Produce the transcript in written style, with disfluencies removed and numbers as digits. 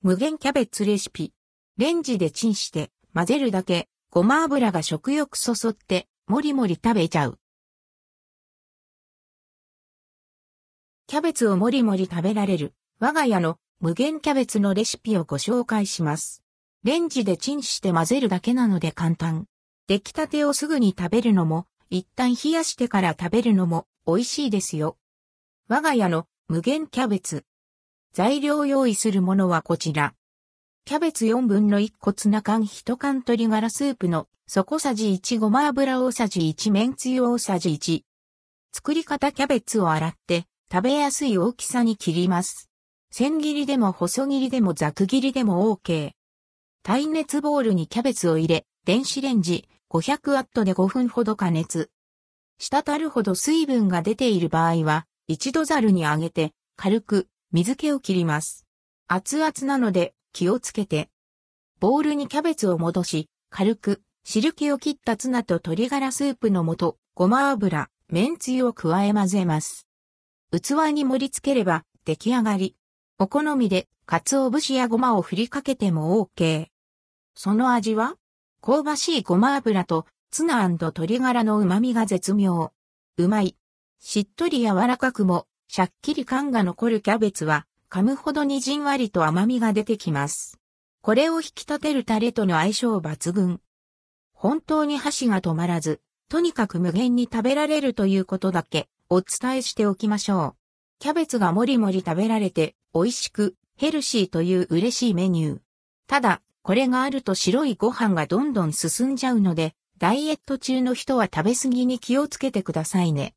無限キャベツレシピ。レンジでチンして混ぜるだけ、ごま油が食欲そそってもりもり食べちゃう。キャベツをもりもり食べられる我が家の無限キャベツのレシピをご紹介します。レンジでチンして混ぜるだけなので簡単。出来たてをすぐに食べるのも、一旦冷やしてから食べるのも美味しいですよ。我が家の無限キャベツ。材料用意するものはこちら。キャベツ4分の1個ツナ缶1缶鶏ガラスープの底さじ1ごま油大さじ1めんつゆ大さじ1。作り方キャベツを洗って食べやすい大きさに切ります。千切りでも細切りでもざく切りでも OK。耐熱ボウルにキャベツを入れ、電子レンジ500ワットで5分ほど加熱。滴るほど水分が出ている場合は一度ざるにあげて軽く水気を切ります。熱々なので気をつけて。ボウルにキャベツを戻し、軽く汁気を切ったツナと鶏ガラスープの素、ごま油、めんつゆを加え混ぜます。器に盛り付ければ出来上がり。お好みで鰹節やごまを振りかけても OK。その味は香ばしいごま油とツナ&鶏ガラの旨味が絶妙。うまい。しっとり柔らかくもシャッキリ感が残るキャベツは噛むほどにじんわりと甘みが出てきます。これを引き立てるタレとの相性抜群。本当に箸が止まらず、とにかく無限に食べられるということだけお伝えしておきましょう。キャベツがもりもり食べられて美味しくヘルシーという嬉しいメニュー。ただ、これがあると白いご飯がどんどん進んじゃうので、ダイエット中の人は食べ過ぎに気をつけてくださいね。